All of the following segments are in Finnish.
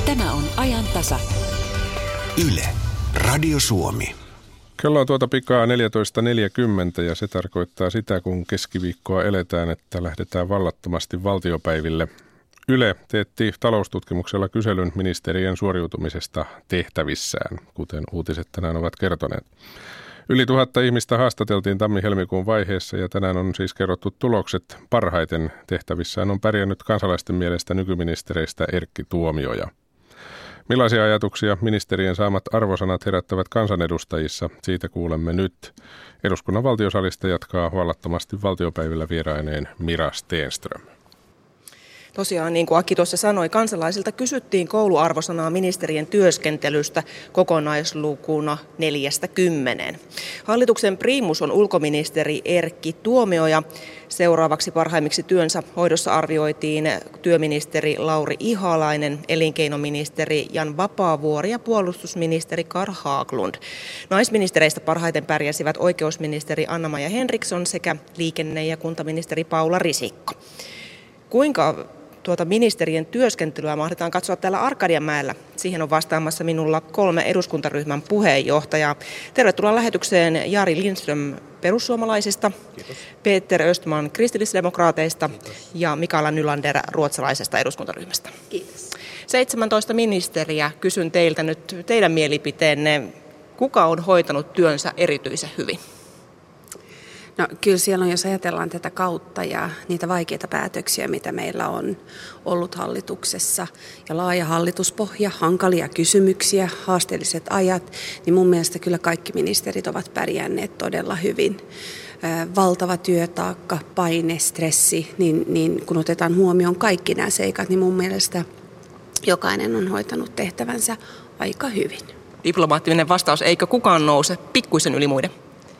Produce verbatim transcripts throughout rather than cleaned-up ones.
Tämä on ajan tasa. Yle, Radio Suomi. Kello on tuota pikaa neljätoista neljäkymmentä ja se tarkoittaa sitä, kun keskiviikkoa eletään, että lähdetään vallattomasti valtiopäiville. Yle teetti taloustutkimuksella kyselyn ministerien suoriutumisesta tehtävissään, kuten uutiset tänään ovat kertoneet. Yli tuhatta ihmistä haastateltiin tammi-helmikuun vaiheessa ja tänään on siis kerrottu tulokset. Parhaiten tehtävissään on pärjännyt kansalaisten mielestä nykyministereistä Erkki Tuomioja. Millaisia ajatuksia ministerien saamat arvosanat herättävät kansanedustajissa? Siitä kuulemme nyt. Eduskunnan valtiosalista jatkaa vallattomasti valtiopäivillä vieraineen Mira Stenström. Tosiaan, niin kuin Aki tuossa sanoi, kansalaisilta kysyttiin kouluarvosanaa ministerien työskentelystä kokonaislukuna neljästä kymmeneen. Hallituksen priimus on ulkoministeri Erkki Tuomioja. Seuraavaksi parhaimmiksi työnsä hoidossa arvioitiin työministeri Lauri Ihalainen, elinkeinoministeri Jan Vapaavuori ja puolustusministeri Carl Haglund. Naisministereistä parhaiten pärjäsivät oikeusministeri Anna-Maja Henriksson sekä liikenne- ja kuntaministeri Paula Risikko. Kuinka tuota ministerien työskentelyä mahdetaan katsoa täällä Arkadianmäellä? Siihen on vastaamassa minulla kolme eduskuntaryhmän puheenjohtajaa. Tervetuloa lähetykseen Jari Lindström perussuomalaisista, kiitos. Peter Östman kristillisdemokraateista kiitos. Ja Mikaela Nylander ruotsalaisesta eduskuntaryhmästä. Kiitos. seitsemäntoista ministeriä. Kysyn teiltä nyt teidän mielipiteenne. Kuka on hoitanut työnsä erityisen hyvin? No kyllä siellä on, jos ajatellaan tätä kautta ja niitä vaikeita päätöksiä, mitä meillä on ollut hallituksessa ja laaja hallituspohja, hankalia kysymyksiä, haasteelliset ajat, niin mun mielestä kyllä kaikki ministerit ovat pärjänneet todella hyvin. Valtava työtaakka, paine, stressi, niin, niin kun otetaan huomioon kaikki nämä seikat, niin mun mielestä jokainen on hoitanut tehtävänsä aika hyvin. Diplomaattinen vastaus, eikö kukaan nouse pikkuisen yli muiden?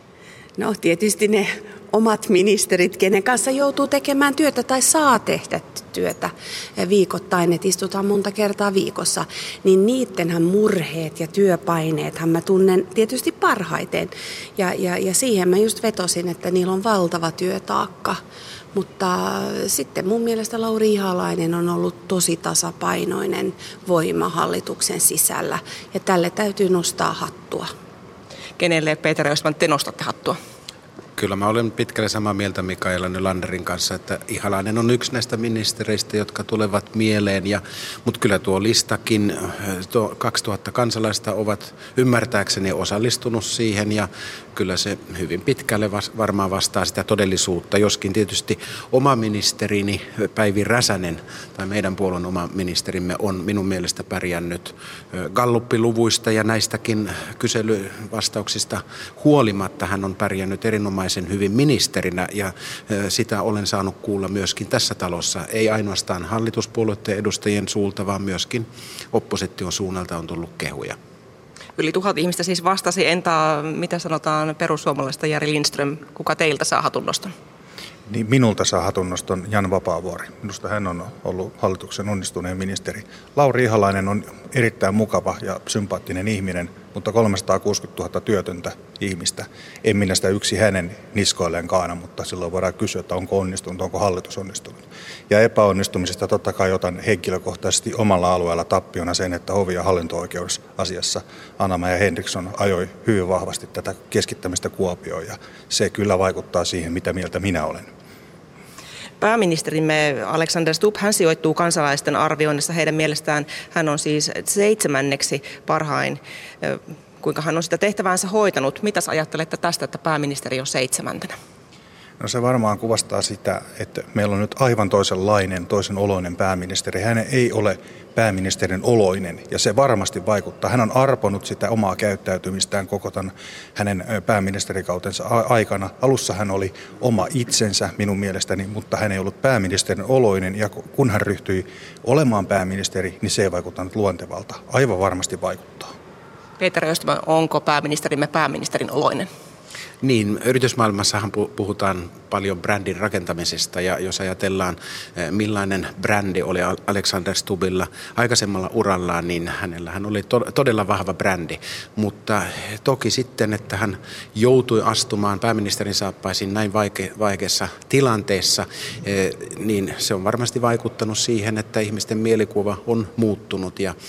No tietysti ne omat ministerit, kenen kanssa joutuu tekemään työtä tai saa tehdä työtä viikoittain, että istutaan monta kertaa viikossa, niin niittenhän murheet ja työpaineethan mä tunnen tietysti parhaiten. Ja, ja, ja siihen mä just vetosin, että niillä on valtava työtaakka. Mutta sitten mun mielestä Lauri Ihalainen on ollut tosi tasapainoinen voima hallituksen sisällä ja tälle täytyy nostaa hattua. Kenelle, Peter Östman, te nostatte hattua? Kyllä mä olen pitkälle samaa mieltä Mikaela Nylanderin kanssa, että Ihalainen on yksi näistä ministereistä, jotka tulevat mieleen. Ja, mutta kyllä tuo listakin, tuo kaksituhatta kansalaista ovat ymmärtääkseni osallistunut siihen ja kyllä se hyvin pitkälle vas, varmaan vastaa sitä todellisuutta. Joskin tietysti oma ministerini Päivi Räsänen tai meidän puolueen oma ministerimme on minun mielestä pärjännyt Galluppiluvuista ja näistäkin kyselyvastauksista huolimatta hän on pärjännyt erinomaisesti sen hyvin ministerinä ja sitä olen saanut kuulla myöskin tässä talossa. Ei ainoastaan hallituspuolueiden edustajien suulta, vaan myöskin opposition suunnalta on tullut kehuja. Yli tuhat ihmistä siis vastasi. Entä mitä sanotaan perussuomalaisesta Jari Lindström? Kuka teiltä saa hatunnoston? Niin minulta saa hatunnoston Jan Vapaavuori. Minusta hän on ollut hallituksen onnistuneen ministeri. Lauri Ihalainen on erittäin mukava ja sympaattinen ihminen, mutta kolmesataakuusikymmentätuhatta työtöntä ihmistä. En minä sitä yksi hänen niskoilleen kaana, mutta silloin voidaan kysyä, että onko onnistunut, onko hallitus onnistunut. Ja epäonnistumisesta totta kai otan henkilökohtaisesti omalla alueella tappiona sen, että hovi- ja hallinto-oikeusasiassa Anna-Maja Henriksson ajoi hyvin vahvasti tätä keskittämistä Kuopioon ja se kyllä vaikuttaa siihen, mitä mieltä minä olen. Pääministerimme Alexander Stubb, hän sijoittuu kansalaisten arvioinnissa. Heidän mielestään hän on siis seitsemänneksi parhain. Kuinka hän on sitä tehtäväänsä hoitanut? Mitäs ajattelette tästä, että pääministeri on seitsemäntenä? No se varmaan kuvastaa sitä, että meillä on nyt aivan toisenlainen, toisen oloinen pääministeri. Hän ei ole pääministerin oloinen ja se varmasti vaikuttaa. Hän on arponut sitä omaa käyttäytymistään koko tämän hänen pääministerikautensa aikana. Alussa hän oli oma itsensä minun mielestäni, mutta hän ei ollut pääministerin oloinen ja kun hän ryhtyi olemaan pääministeri, niin se ei vaikuttanut luontevalta. Aivan varmasti vaikuttaa. Peter Östman, onko pääministerimme pääministerin oloinen? Niin, yritysmaailmassahan puhutaan paljon brändin rakentamisesta ja jos ajatellaan millainen brändi oli Alexander Stubbilla aikaisemmalla urallaan, niin hänellähän oli todella vahva brändi, mutta toki sitten, että hän joutui astumaan pääministerin saappaisiin näin vaike- vaikeassa tilanteessa, niin se on varmasti vaikuttanut siihen, että ihmisten mielikuva on muuttunut ja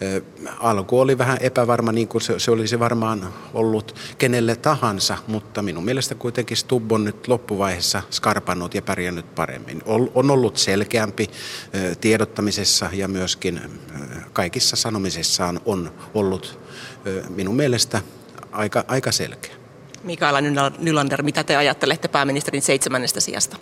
alku oli vähän epävarma, niin kuin se, se olisi varmaan ollut kenelle tahansa, mutta minun mielestä kuitenkin Stubb on nyt loppuvaiheessa skarpannut ja pärjännyt paremmin. On ollut selkeämpi tiedottamisessa ja myöskin kaikissa sanomisessaan on ollut minun mielestä aika, aika selkeä. Mikaela Nylander, mitä te ajattelette pääministerin seitsemännestä sijasta?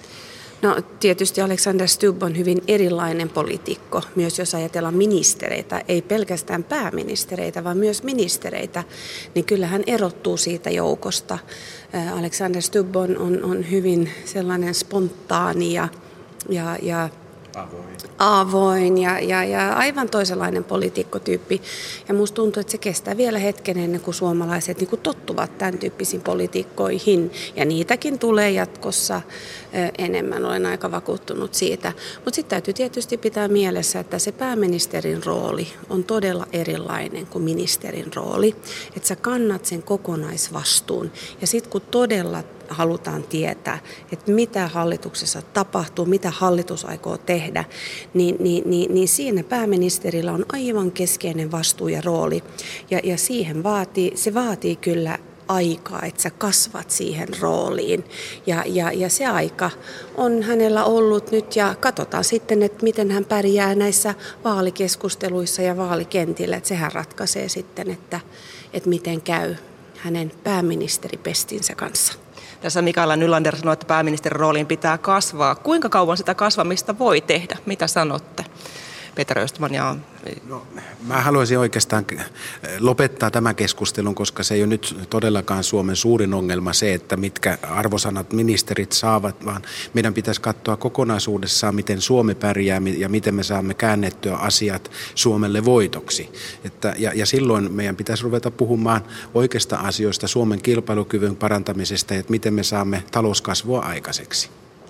No tietysti Alexander Stubb on hyvin erilainen poliitikko, myös jos ajatellaan ministereitä, ei pelkästään pääministereitä, vaan myös ministereitä, niin kyllä hän erottuu siitä joukosta. Alexander Stubb on, on, on hyvin sellainen spontaani ja, ja, ja avoin, avoin ja, ja, ja aivan toisenlainen poliitikkotyyppi. Ja musta tuntuu, että se kestää vielä hetken ennen kuin suomalaiset niin kuin tottuvat tämän tyyppisiin poliitikkoihin. Ja niitäkin tulee jatkossa enemmän, olen aika vakuuttunut siitä. Mutta sitten täytyy tietysti pitää mielessä, että se pääministerin rooli on todella erilainen kuin ministerin rooli. Että sä kannat sen kokonaisvastuun. Ja sitten kun todella halutaan tietää, että mitä hallituksessa tapahtuu, mitä hallitus aikoo tehdä, niin, niin, niin, niin siinä pääministerillä on aivan keskeinen vastuu ja rooli. Ja, ja siihen vaatii, se vaatii kyllä aikaa, että sä kasvat siihen rooliin. Ja, ja, ja se aika on hänellä ollut nyt ja katsotaan sitten, että miten hän pärjää näissä vaalikeskusteluissa ja vaalikentillä. Että sehän ratkaisee sitten, että, että miten käy hänen pääministeripestinsä kanssa. Tässä Mikaela Nylander sanoi, että pääministerin rooliin pitää kasvaa. Kuinka kauan sitä kasvamista voi tehdä? Mitä sanotte, Peter Östman? Ja... No, mä haluaisin oikeastaan lopettaa tämän keskustelun, koska se ei ole nyt todellakaan Suomen suurin ongelma se, että mitkä arvosanat ministerit saavat, vaan meidän pitäisi katsoa kokonaisuudessaan, miten Suomi pärjää ja miten me saamme käännettyä asiat Suomelle voitoksi. Että, ja, ja silloin meidän pitäisi ruveta puhumaan oikeista asioista, Suomen kilpailukyvyn parantamisesta, että miten me saamme talouskasvua aikaiseksi.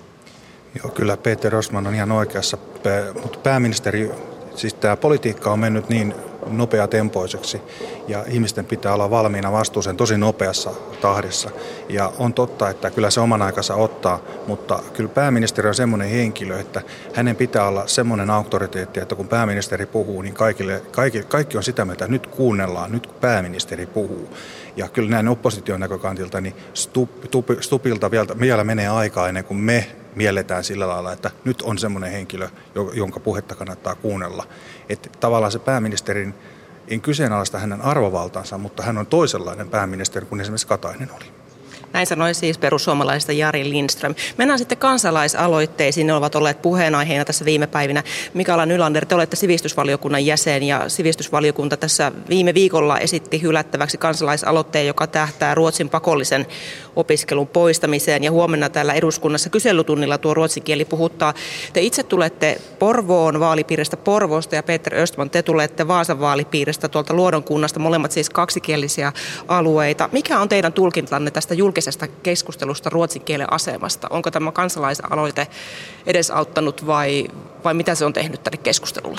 Joo, kyllä Peter Östman on ihan oikeassa, mutta pääministeri, siis tämä politiikka on mennyt niin nopeatempoiseksi ja ihmisten pitää olla valmiina vastuuseen tosi nopeassa tahdissa. Ja on totta, että kyllä se oman aikansa ottaa, mutta kyllä pääministeri on semmoinen henkilö, että hänen pitää olla semmoinen auktoriteetti, että kun pääministeri puhuu, niin kaikille, kaikki, kaikki on sitä mieltä, että nyt kuunnellaan, nyt kun pääministeri puhuu. Ja kyllä näin opposition näkökantilta, niin Stubbilta vielä, vielä menee aikaa ennen kuin me mielletään sillä lailla, että nyt on semmoinen henkilö, jonka puhetta kannattaa kuunnella. Että tavallaan se pääministerin, en kyseenalaista hänen arvovaltansa, mutta hän on toisenlainen pääministeri kuin esimerkiksi Katainen oli. Näin sanoi siis perussuomalaisista Jari Lindström. Mennään sitten kansalaisaloitteisiin. Ne ovat olleet puheenaiheena tässä viime päivinä. Mikaela Nylander, te olette sivistysvaliokunnan jäsen ja sivistysvaliokunta tässä viime viikolla esitti hylättäväksi kansalaisaloitteen, joka tähtää Ruotsin pakollisen opiskelun poistamiseen. Ja huomenna täällä eduskunnassa kyselytunnilla tuo ruotsin kieli puhuttaa. Te itse tulette Porvoon vaalipiiristä Porvoosta ja Peter Östman, te tulette Vaasan vaalipiiristä tuolta Luodon kunnasta, molemmat siis kaksikielisiä alueita. Mikä on teidän tulkintanne tästä julkisesta keskustelusta ruotsin kielen asemasta? Onko tämä kansalaisaloite edesauttanut vai, vai mitä se on tehnyt tälle keskustelulle?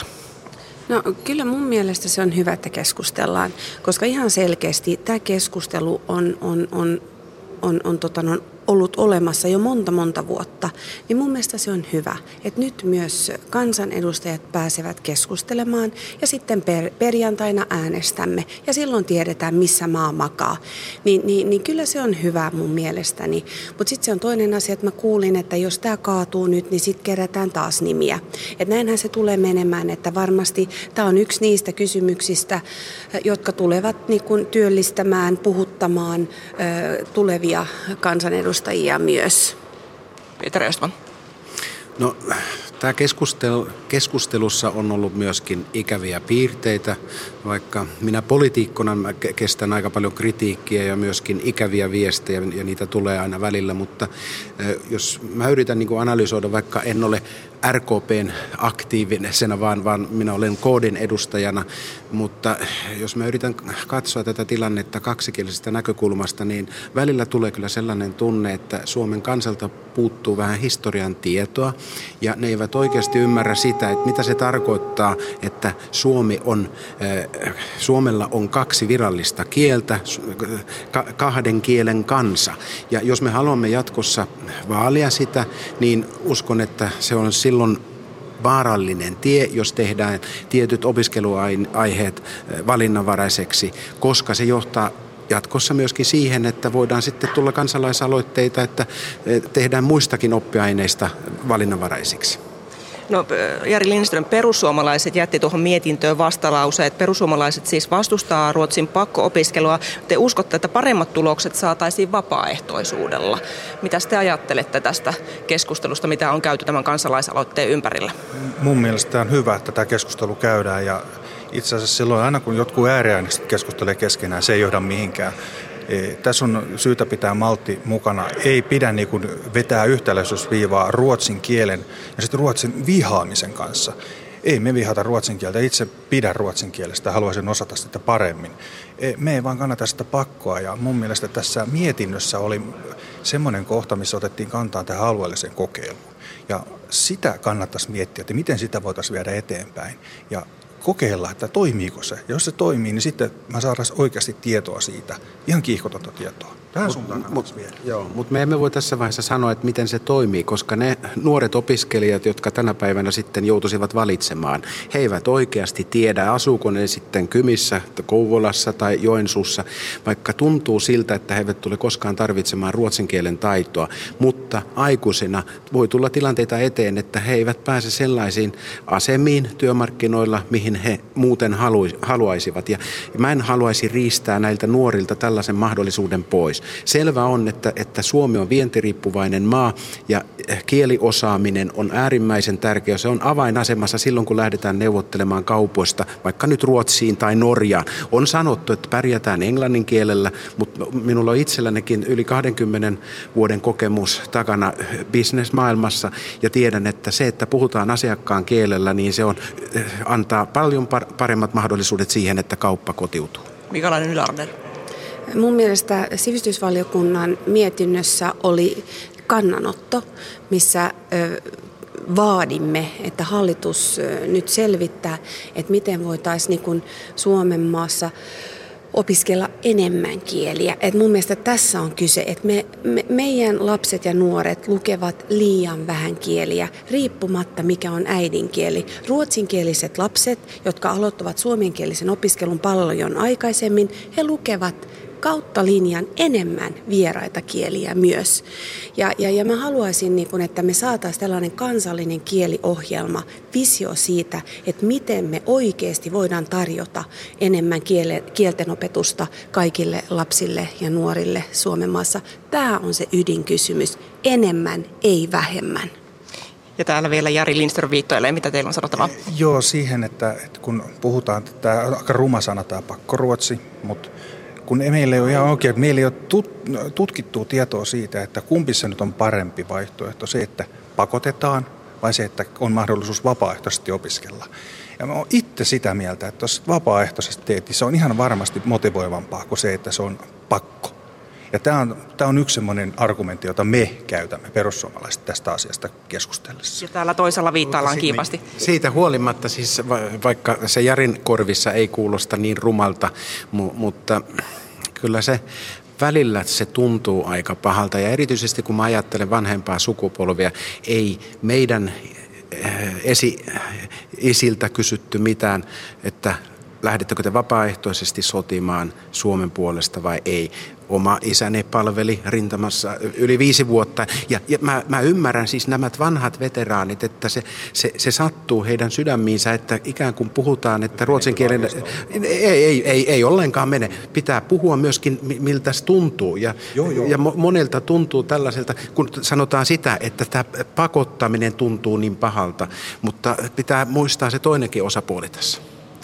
No kyllä mun mielestä se on hyvä, että keskustellaan, koska ihan selkeästi tämä keskustelu on, on, on, on, on, tota, on ollut olemassa jo monta monta vuotta, niin mun mielestä se on hyvä, että nyt myös kansanedustajat pääsevät keskustelemaan ja sitten per, perjantaina äänestämme ja silloin tiedetään, missä maa makaa. Niin, niin, niin kyllä se on hyvä mun mielestäni, mutta sitten se on toinen asia, että mä kuulin, että jos tämä kaatuu nyt, niin sitten kerätään taas nimiä. Että näinhän se tulee menemään, että varmasti tämä on yksi niistä kysymyksistä, jotka tulevat niin kun työllistämään, puhuttamaan ö, tulevia kansanedustajia myös. Peter Östman. No, tämä keskustelu, keskustelussa on ollut myöskin ikäviä piirteitä, vaikka minä poliitikkona mä kestän aika paljon kritiikkiä ja myöskin ikäviä viestejä ja niitä tulee aina välillä, mutta jos mä yritän niin kuin analysoida, vaikka en ole R K P:n aktiivisena, vaan, vaan minä olen K D:n edustajana. Mutta jos mä yritän katsoa tätä tilannetta kaksikielisestä näkökulmasta, niin välillä tulee kyllä sellainen tunne, että Suomen kansalta puuttuu vähän historian tietoa ja ne eivät oikeasti ymmärrä sitä, että mitä se tarkoittaa, että Suomi on, äh, Suomella on kaksi virallista kieltä, ka- kahden kielen kansa. Ja jos me haluamme jatkossa vaalia sitä, niin uskon, että se on silloin vaarallinen tie, jos tehdään tietyt opiskeluaiheet valinnanvaraiseksi, koska se johtaa jatkossa myöskin siihen, että voidaan sitten tulla kansalaisaloitteita, että tehdään muistakin oppiaineista valinnanvaraisiksi. No, Jari Lindström, perussuomalaiset jätti tuohon mietintöön vastalauseet. Perussuomalaiset siis vastustaa Ruotsin pakko-opiskelua. Te uskotte, että paremmat tulokset saataisiin vapaaehtoisuudella. Mitä te ajattelette tästä keskustelusta, mitä on käyty tämän kansalaisaloitteen ympärillä? Mun mielestä on hyvä, että tämä keskustelu käydään ja itse asiassa silloin aina kun jotkut ääriaineistot keskustelee keskenään, se ei johda mihinkään. Tässä on syytä pitää maltti mukana. Ei pidä niin kuin vetää yhtäläisyysviivaa ruotsin kielen ja sitten ruotsin vihaamisen kanssa. Ei me vihata ruotsin kieltä. Itse pidän ruotsin kielestä ja haluaisin osata sitä paremmin. Me ei vaan kannata sitä pakkoa ja mun mielestä tässä mietinnössä oli semmoinen kohta, missä otettiin kantaa tähän alueelliseen kokeiluun. Ja sitä kannattaisi miettiä, että miten sitä voitaisiin viedä eteenpäin. Ja kokeilla, että toimiiko se. Ja jos se toimii, niin sitten mä saadaan oikeasti tietoa siitä. Ihan kiihkotonta tietoa. Tähän suuntaan kannattaisi viedä. Joo, mutta me emme voi tässä vaiheessa sanoa, että miten se toimii, koska ne nuoret opiskelijat, jotka tänä päivänä sitten joutuisivat valitsemaan, he eivät oikeasti tiedä, asuuko ne sitten Kymissä, Kouvolassa tai Joensuussa, vaikka tuntuu siltä, että he eivät tule koskaan tarvitsemaan ruotsin kielen taitoa, mutta aikuisina voi tulla tilanteita eteen, että he eivät pääse sellaisiin asemiin työmarkkinoilla, mihin he muuten haluaisivat. Ja mä en haluaisi riistää näiltä nuorilta tällaisen mahdollisuuden pois. Selvä on, että, että Suomi on vientiriippuvainen maa ja kieliosaaminen on äärimmäisen tärkeä. Se on avainasemassa silloin, kun lähdetään neuvottelemaan kaupoista, vaikka nyt Ruotsiin tai Norjaan. On sanottu, että pärjätään englannin kielellä, mutta minulla on itsellänikin yli kaksikymmentä vuoden kokemus takana bisnesmaailmassa ja tiedän, että se, että puhutaan asiakkaan kielellä, niin se on, antaa paljon paremmat mahdollisuudet siihen, että kauppa kotiutuu. Mikaelainen Ylarder. Mun mielestä sivistysvaliokunnan mietinnössä oli kannanotto, missä vaadimme, että hallitus nyt selvittää, että miten voitaisiin niin kuin Suomen maassa opiskella enemmän kieliä. Et mun mielestä tässä on kyse, että me, me, meidän lapset ja nuoret lukevat liian vähän kieliä, riippumatta mikä on äidinkieli. Ruotsinkieliset lapset, jotka aloittavat suomenkielisen opiskelun paljon aikaisemmin, he lukevat kautta linjan enemmän vieraita kieliä myös. Ja, ja, ja mä haluaisin, niin kun, että me saataisiin tällainen kansallinen kieliohjelma, visio siitä, että miten me oikeasti voidaan tarjota enemmän kiele, kielten opetusta kaikille lapsille ja nuorille Suomen maassa. Tämä on se ydinkysymys. Enemmän, ei vähemmän. Ja täällä vielä Jari Lindström viittoilee. Mitä teillä on sanottavaa? Joo, siihen, että, että kun puhutaan, että tämä on aika ruma sana tämä pakkoruotsi, mutta kun meillä ei ole ihan oikein, meillä ei ole tut, tutkittua tietoa siitä, että kumpi se nyt on parempi vaihtoehto, se, että pakotetaan vai se, että on mahdollisuus vapaaehtoisesti opiskella. Ja mä oon itse sitä mieltä, että jos vapaaehtoisesti teet, niin se on ihan varmasti motivoivampaa kuin se, että se on pakko. Ja tämä on, tämä on yksi sellainen argumentti, jota me käytämme perussuomalaiset tästä asiasta keskustellessa. Ja täällä toisella viittaillaan kiipasti. Siitä huolimatta, siis vaikka se Jarin korvissa ei kuulosta niin rumalta, mutta kyllä se välillä se tuntuu aika pahalta. Ja erityisesti kun mä ajattelen vanhempaa sukupolvia, ei meidän esi, isiltä kysytty mitään, että lähdettekö te vapaaehtoisesti sotimaan Suomen puolesta vai ei. Oma isäni palveli rintamassa yli viisi vuotta. Ja, ja mä, mä ymmärrän siis nämä vanhat veteraanit, että se, se, se sattuu heidän sydämiinsä, että ikään kuin puhutaan, että ruotsin kielen ei, ei, ei, ei ollenkaan mene. Pitää puhua myöskin, miltä se tuntuu. Ja, joo, joo. ja monelta tuntuu tällaiselta, kun sanotaan sitä, että tämä pakottaminen tuntuu niin pahalta. Mutta pitää muistaa se toinenkin osapuoli tässä.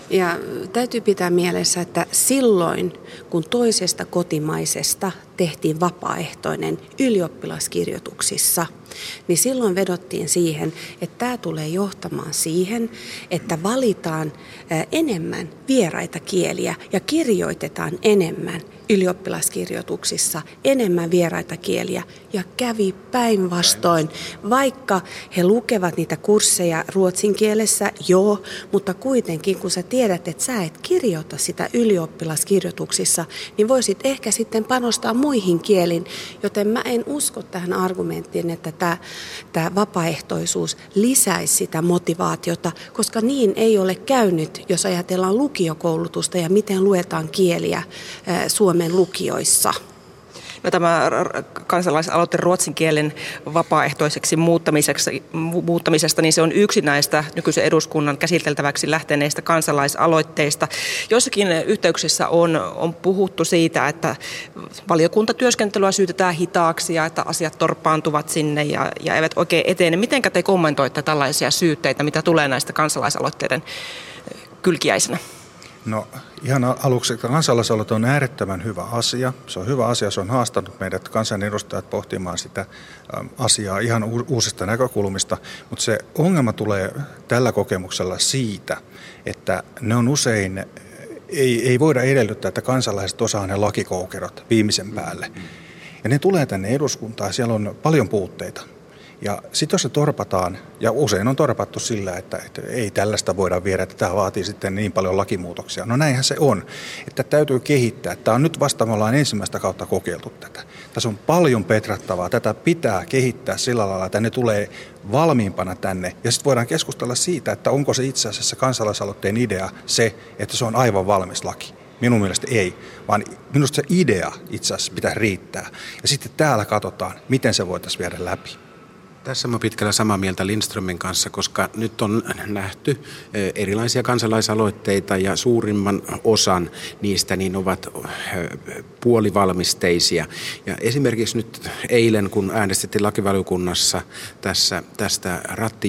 Ja täytyy pitää mielessä, että silloin kun toisesta kotimaisesta tehtiin vapaaehtoinen ylioppilaskirjoituksissa, niin silloin vedottiin siihen, että tämä tulee johtamaan siihen, että valitaan enemmän vieraita kieliä ja kirjoitetaan enemmän ylioppilaskirjoituksissa enemmän vieraita kieliä ja kävi päinvastoin. Vaikka he lukevat niitä kursseja ruotsin kielessä, joo, mutta kuitenkin kun sä tiedät, että sä et kirjoita sitä ylioppilaskirjoituksissa, niin voisit ehkä sitten panostaa muihin kielin, joten mä en usko tähän argumenttiin, että tämä, tämä vapaaehtoisuus lisäisi sitä motivaatiota, koska niin ei ole käynyt, jos ajatellaan lukiokoulutusta ja miten luetaan kieliä Suomen lukioissa. No, tämä kansalaisaloite ruotsin kielen vapaaehtoiseksi muuttamisesta, niin se on yksi näistä nykyisen eduskunnan käsiteltäväksi lähteneistä kansalaisaloitteista. Joissakin yhteyksissä on, on puhuttu siitä, että valiokuntatyöskentelyä syytetään hitaaksi ja että asiat torppaantuvat sinne ja, ja eivät oikein etene. Mitenkä te kommentoitte tällaisia syytteitä, mitä tulee näistä kansalaisaloitteiden kylkiäisenä? No ihan aluksi, kansalaisaloite on äärettömän hyvä asia. Se on hyvä asia, se on haastanut meidät kansanedustajat pohtimaan sitä asiaa ihan uusista näkökulmista, mutta se ongelma tulee tällä kokemuksella siitä, että ne on usein, ei, ei voida edellyttää, että kansalaiset osaa ne lakikoukerot viimeisen päälle. Ja ne tulee tänne eduskuntaan, siellä on paljon puutteita. Ja sitten jos se torpataan, ja usein on torpattu sillä, että, että ei tällaista voida viedä, että tämä vaatii sitten niin paljon lakimuutoksia. No näinhän se on, että täytyy kehittää. Tämä on nyt vasta, me ollaan ensimmäistä kautta kokeiltu tätä. Tässä on paljon petrattavaa, tätä pitää kehittää sillä lailla, että ne tulee valmiimpana tänne. Ja sitten voidaan keskustella siitä, että onko se itse asiassa kansalaisaloitteen idea se, että se on aivan valmis laki. Minun mielestä ei, vaan minusta se idea itse asiassa pitää riittää. Ja sitten täällä katsotaan, miten se voitaisiin viedä läpi. Tässä mä pitkällä samaa mieltä Lindströmin kanssa, koska nyt on nähty erilaisia kansalaisaloitteita ja suurimman osan niistä niin ovat puolivalmisteisia. Ja esimerkiksi nyt eilen, kun äänestettiin lakivaliokunnassa tässä, tästä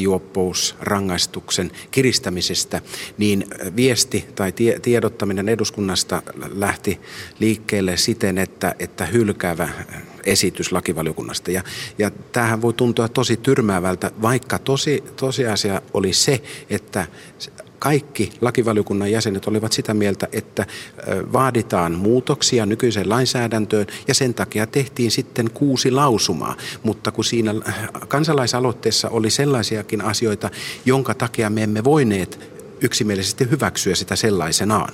rattijuoppousrangaistuksen kiristämisestä, niin viesti tai tie, tiedottaminen eduskunnasta lähti liikkeelle siten, että, että hylkäävä esitys lakivaliokunnasta. Ja, ja tämähän voi tuntua tosi tyrmäävältä, vaikka tosi, tosiasia oli se, että kaikki lakivaliokunnan jäsenet olivat sitä mieltä, että vaaditaan muutoksia nykyiseen lainsäädäntöön ja sen takia tehtiin sitten kuusi lausumaa. Mutta kun siinä kansalaisaloitteessa oli sellaisiakin asioita, jonka takia me emme voineet yksimielisesti hyväksyä sitä sellaisenaan.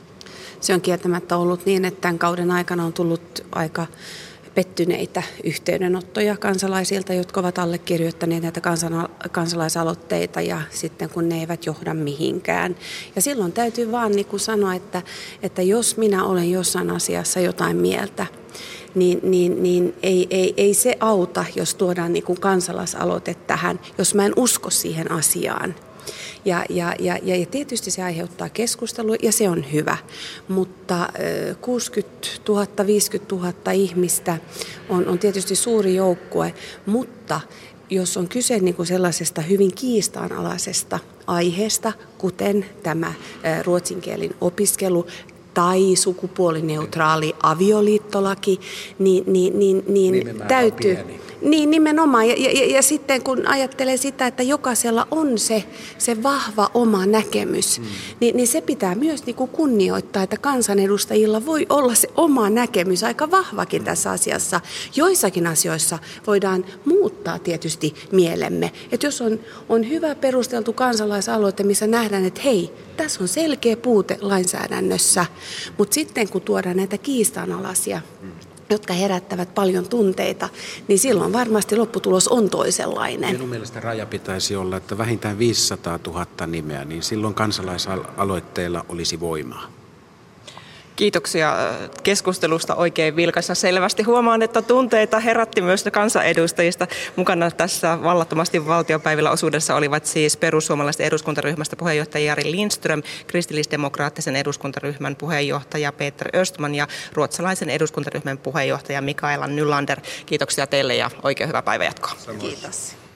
Se on kieltämättä ollut niin, että tämän kauden aikana on tullut aika pettyneitä yhteydenottoja kansalaisilta, jotka ovat allekirjoittaneet näitä kansalaisaloitteita ja sitten kun ne eivät johda mihinkään. Ja silloin täytyy vaan niin kuin sanoa, että, että jos minä olen jossain asiassa jotain mieltä, niin, niin, niin ei, ei, ei se auta, jos tuodaan niin kuin kansalaisaloite tähän, jos mä en usko siihen asiaan. Ja, ja, ja, ja tietysti se aiheuttaa keskustelua ja se on hyvä, mutta kuusikymmentätuhatta viisikymmentätuhatta ihmistä on, on tietysti suuri joukkue, mutta jos on kyse niin kuin sellaisesta hyvin kiistanalaisesta aiheesta, kuten tämä ruotsinkielin opiskelu, tai sukupuolineutraali avioliittolaki, niin, niin, niin, niin täytyy... Niin, nimenomaan. Ja, ja, ja sitten kun ajattelee sitä, että jokaisella on se, se vahva oma näkemys, mm. niin, niin se pitää myös niin kuin kunnioittaa, että kansanedustajilla voi olla se oma näkemys aika vahvakin tässä asiassa. Joissakin asioissa voidaan muuttaa tietysti mielemme. Että jos on, on hyvä perusteltu kansalaisaloite, missä nähdään, että hei, tässä on selkeä puute lainsäädännössä, mutta sitten kun tuodaan näitä kiistanalaisia, jotka herättävät paljon tunteita, niin silloin varmasti lopputulos on toisenlainen. Minun mielestä raja pitäisi olla, että vähintään viisisataatuhatta nimeä, niin silloin kansalaisaloitteella olisi voimaa. Kiitoksia keskustelusta oikein vilkassa. Selvästi huomaan, että tunteita herätti myös kansanedustajista. Mukana tässä vallattomasti valtiopäivillä osuudessa olivat siis perussuomalaisten eduskuntaryhmästä puheenjohtaja Jari Lindström, kristillisdemokraattisen eduskuntaryhmän puheenjohtaja Peter Östman ja ruotsalaisen eduskuntaryhmän puheenjohtaja Mikaela Nylander. Kiitoksia teille ja oikein hyvää päivänjatkoa. Kiitos.